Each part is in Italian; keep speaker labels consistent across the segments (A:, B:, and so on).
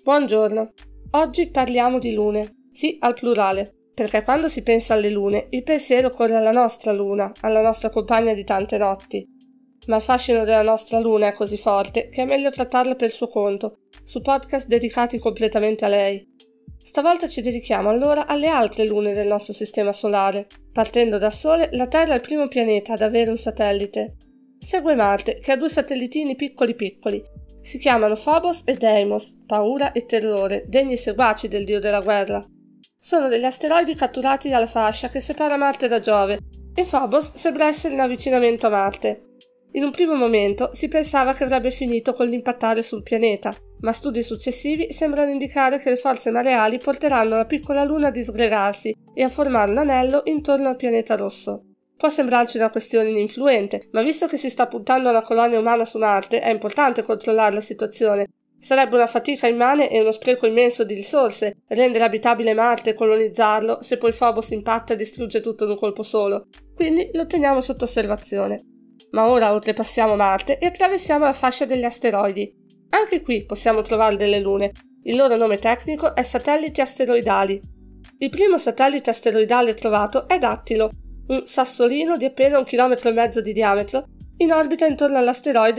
A: Buongiorno. Oggi parliamo di lune, sì al plurale, perché quando si pensa alle lune il pensiero corre alla nostra luna, alla nostra compagna di tante notti. Ma il fascino della nostra luna è così forte che è meglio trattarla per suo conto, su podcast dedicati completamente a lei. Stavolta ci dedichiamo allora alle altre lune del nostro sistema solare. Partendo dal Sole, la Terra è il primo pianeta ad avere un satellite. Segue Marte, che ha due satellitini piccoli. Si chiamano Phobos e Deimos, paura e terrore, degni seguaci del dio della guerra. Sono degli asteroidi catturati dalla fascia che separa Marte da Giove, e Phobos sembra essere in avvicinamento a Marte. In un primo momento si pensava che avrebbe finito con l'impattare sul pianeta, ma studi successivi sembrano indicare che le forze mareali porteranno la piccola luna a disgregarsi e a formare un anello intorno al pianeta rosso. Può sembrarci una questione ininfluente, ma visto che si sta puntando a una colonia umana su Marte, è importante controllare la situazione. Sarebbe una fatica immane e uno spreco immenso di risorse rendere abitabile Marte e colonizzarlo se poi Phobos impatta e distrugge tutto in un colpo solo. Quindi lo teniamo sotto osservazione. Ma ora oltrepassiamo Marte e attraversiamo la fascia degli asteroidi. Anche qui possiamo trovare delle lune. Il loro nome tecnico è satelliti asteroidali. Il primo satellite asteroidale trovato è Dattilo, un sassolino di appena 1,5 km di diametro, in orbita intorno all'asteroide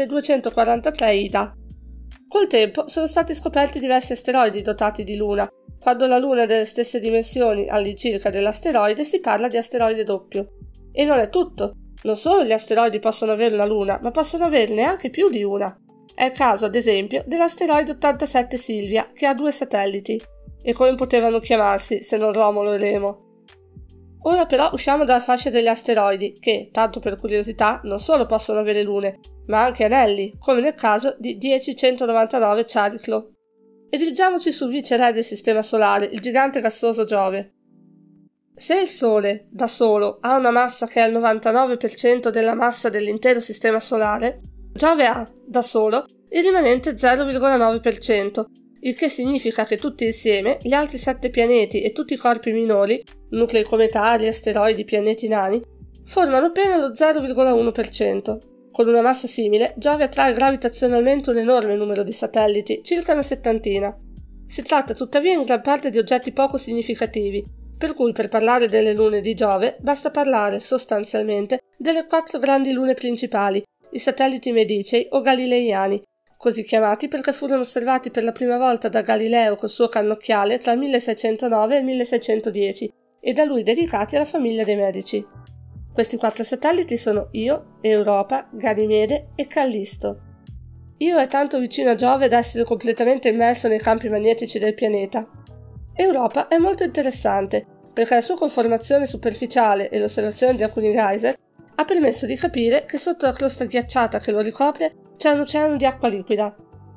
A: 243 Ida. Col tempo sono stati scoperti diversi asteroidi dotati di luna. Quando la luna è delle stesse dimensioni all'incirca dell'asteroide si parla di asteroide doppio. E non è tutto. Non solo gli asteroidi possono avere una luna, ma possono averne anche più di una. È il caso, ad esempio, dell'asteroide 87 Silvia, che ha 2 satelliti. E come potevano chiamarsi, se non Romolo e Remo? Ora però usciamo dalla fascia degli asteroidi, che, tanto per curiosità, non solo possono avere lune, ma anche anelli, come nel caso di 10199 Chariklo. E dirigiamoci sul viceré del Sistema Solare, il gigante gassoso Giove. Se il Sole, da solo, ha una massa che è il 99% della massa dell'intero Sistema Solare, Giove ha, da solo, il rimanente 0,9%, il che significa che tutti insieme, gli altri 7 pianeti e tutti i corpi minori, nuclei cometari, asteroidi, pianeti nani, formano appena lo 0,1%. Con una massa simile, Giove attrae gravitazionalmente un enorme numero di satelliti, circa una settantina. Si tratta tuttavia in gran parte di oggetti poco significativi, per cui per parlare delle lune di Giove basta parlare sostanzialmente delle 4 grandi lune principali, i satelliti medicei o galileiani, così chiamati perché furono osservati per la prima volta da Galileo col suo cannocchiale tra il 1609 e il 1610 e da lui dedicati alla famiglia dei Medici. Questi 4 satelliti sono Io, Europa, Ganimede e Callisto. Io è tanto vicino a Giove da essere completamente immerso nei campi magnetici del pianeta. Europa è molto interessante perché la sua conformazione superficiale e l'osservazione di alcuni geyser ha permesso di capire che sotto la crosta ghiacciata che lo ricopre c'è un oceano di acqua liquida.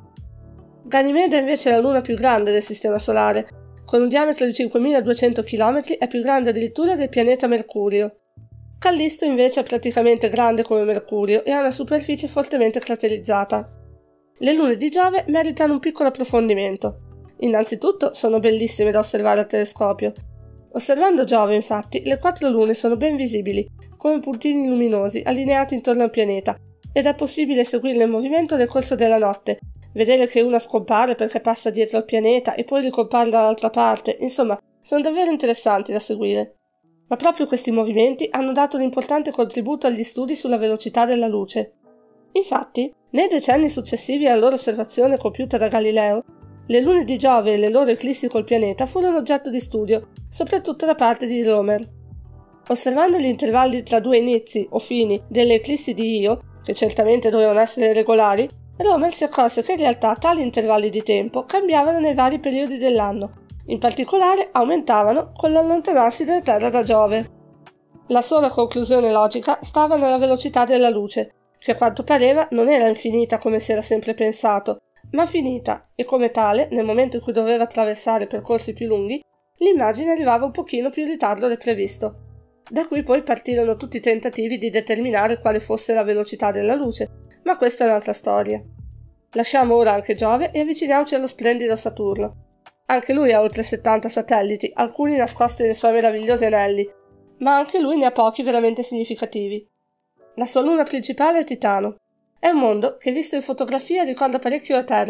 A: Ganimede è invece la luna più grande del Sistema Solare, con un diametro di 5200 km è più grande addirittura del pianeta Mercurio. Callisto invece è praticamente grande come Mercurio e ha una superficie fortemente craterizzata. Le lune di Giove meritano un piccolo approfondimento. Innanzitutto sono bellissime da osservare al telescopio. Osservando Giove, infatti, le 4 lune sono ben visibili, come puntini luminosi allineati intorno al pianeta, ed è possibile seguirne il movimento nel corso della notte, vedere che una scompare perché passa dietro al pianeta e poi ricompare dall'altra parte, insomma, sono davvero interessanti da seguire. Ma proprio questi movimenti hanno dato un importante contributo agli studi sulla velocità della luce. Infatti, nei decenni successivi alla loro osservazione compiuta da Galileo, le lune di Giove e le loro eclissi col pianeta furono oggetto di studio, soprattutto da parte di Romer. Osservando gli intervalli tra 2 inizi o fini delle eclissi di Io, che certamente dovevano essere regolari, Romer si accorse che in realtà tali intervalli di tempo cambiavano nei vari periodi dell'anno, in particolare aumentavano con l'allontanarsi della Terra da Giove. La sola conclusione logica stava nella velocità della luce, che a quanto pareva non era infinita come si era sempre pensato, ma finita, e come tale, nel momento in cui doveva attraversare percorsi più lunghi, l'immagine arrivava un pochino più in ritardo del previsto. Da qui poi partirono tutti i tentativi di determinare quale fosse la velocità della luce, ma questa è un'altra storia. Lasciamo ora anche Giove e avviciniamoci allo splendido Saturno. Anche lui ha oltre 70 satelliti, alcuni nascosti nei suoi meravigliosi anelli, ma anche lui ne ha pochi veramente significativi. La sua luna principale è Titano. È un mondo che, visto in fotografia, ricorda parecchio la Terra,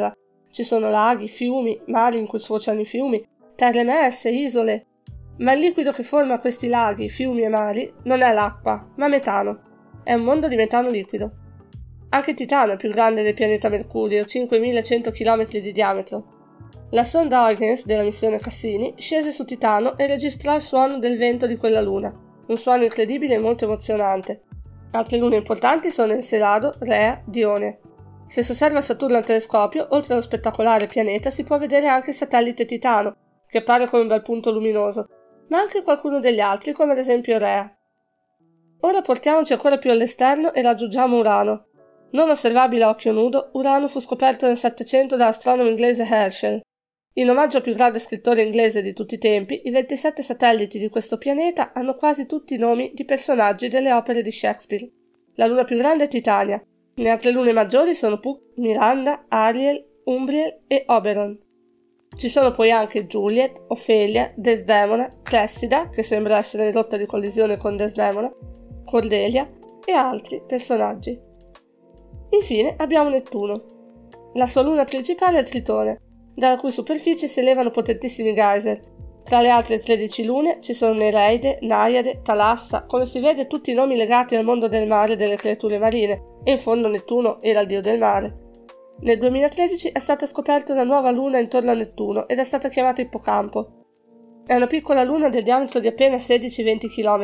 A: Ci sono laghi, fiumi, mari in cui sfociano i fiumi, terre emerse, isole. Ma il liquido che forma questi laghi, fiumi e mari non è l'acqua, ma metano. È un mondo di metano liquido. Anche Titano è più grande del pianeta Mercurio, 5100 km di diametro. La sonda Huygens della missione Cassini scese su Titano e registrò il suono del vento di quella luna, un suono incredibile e molto emozionante. Altre lune importanti sono Encelado, Rhea, Dione. Se si osserva Saturno al telescopio, oltre allo spettacolare pianeta si può vedere anche il satellite Titano, che appare come un bel punto luminoso, ma anche qualcuno degli altri, come ad esempio Rhea. Ora portiamoci ancora più all'esterno e raggiungiamo Urano. Non osservabile a occhio nudo, Urano fu scoperto nel Settecento dall'astronomo inglese Herschel. In omaggio al più grande scrittore inglese di tutti i tempi, i 27 satelliti di questo pianeta hanno quasi tutti i nomi di personaggi delle opere di Shakespeare. La luna più grande è Titania. Le altre lune maggiori sono Puck, Miranda, Ariel, Umbriel e Oberon. Ci sono poi anche Juliet, Ophelia, Desdemona, Cressida, che sembra essere in rotta di collisione con Desdemona, Cordelia e altri personaggi. Infine abbiamo Nettuno. La sua luna principale è Tritone, dalla cui superficie si elevano potentissimi geyser. Tra le altre 13 lune ci sono Nereide, Naiade, Talassa, come si vede tutti i nomi legati al mondo del mare e delle creature marine, e in fondo Nettuno era il dio del mare. Nel 2013 è stata scoperta una nuova luna intorno a Nettuno ed è stata chiamata Ippocampo. È una piccola luna del diametro di appena 16-20 km.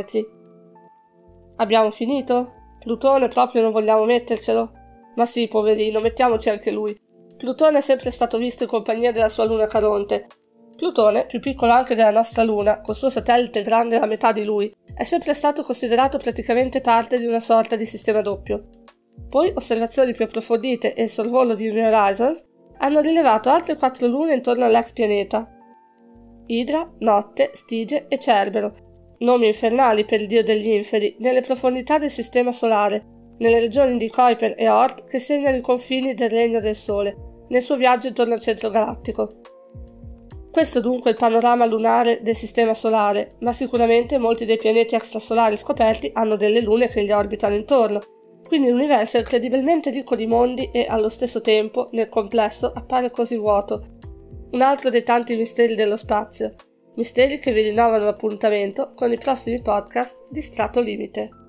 A: Abbiamo finito? Plutone proprio non vogliamo mettercelo? Ma sì, poverino, mettiamoci anche lui. Plutone è sempre stato visto in compagnia della sua luna Caronte. Plutone, più piccolo anche della nostra luna, col suo satellite grande la metà di lui, è sempre stato considerato praticamente parte di una sorta di sistema doppio. Poi osservazioni più approfondite e il sorvolo di New Horizons hanno rilevato altre 4 lune intorno all'ex pianeta. Idra, Notte, Stige e Cerbero, nomi infernali per il dio degli inferi, nelle profondità del sistema solare, nelle regioni di Kuiper e Oort che segnano i confini del Regno del Sole, nel suo viaggio intorno al centro galattico. Questo dunque è il panorama lunare del sistema solare, ma sicuramente molti dei pianeti extrasolari scoperti hanno delle lune che gli orbitano intorno, quindi l'universo è incredibilmente ricco di mondi e, allo stesso tempo, nel complesso, appare così vuoto. Un altro dei tanti misteri dello spazio, misteri che vi rinnovano l'appuntamento con i prossimi podcast di Strato Limite.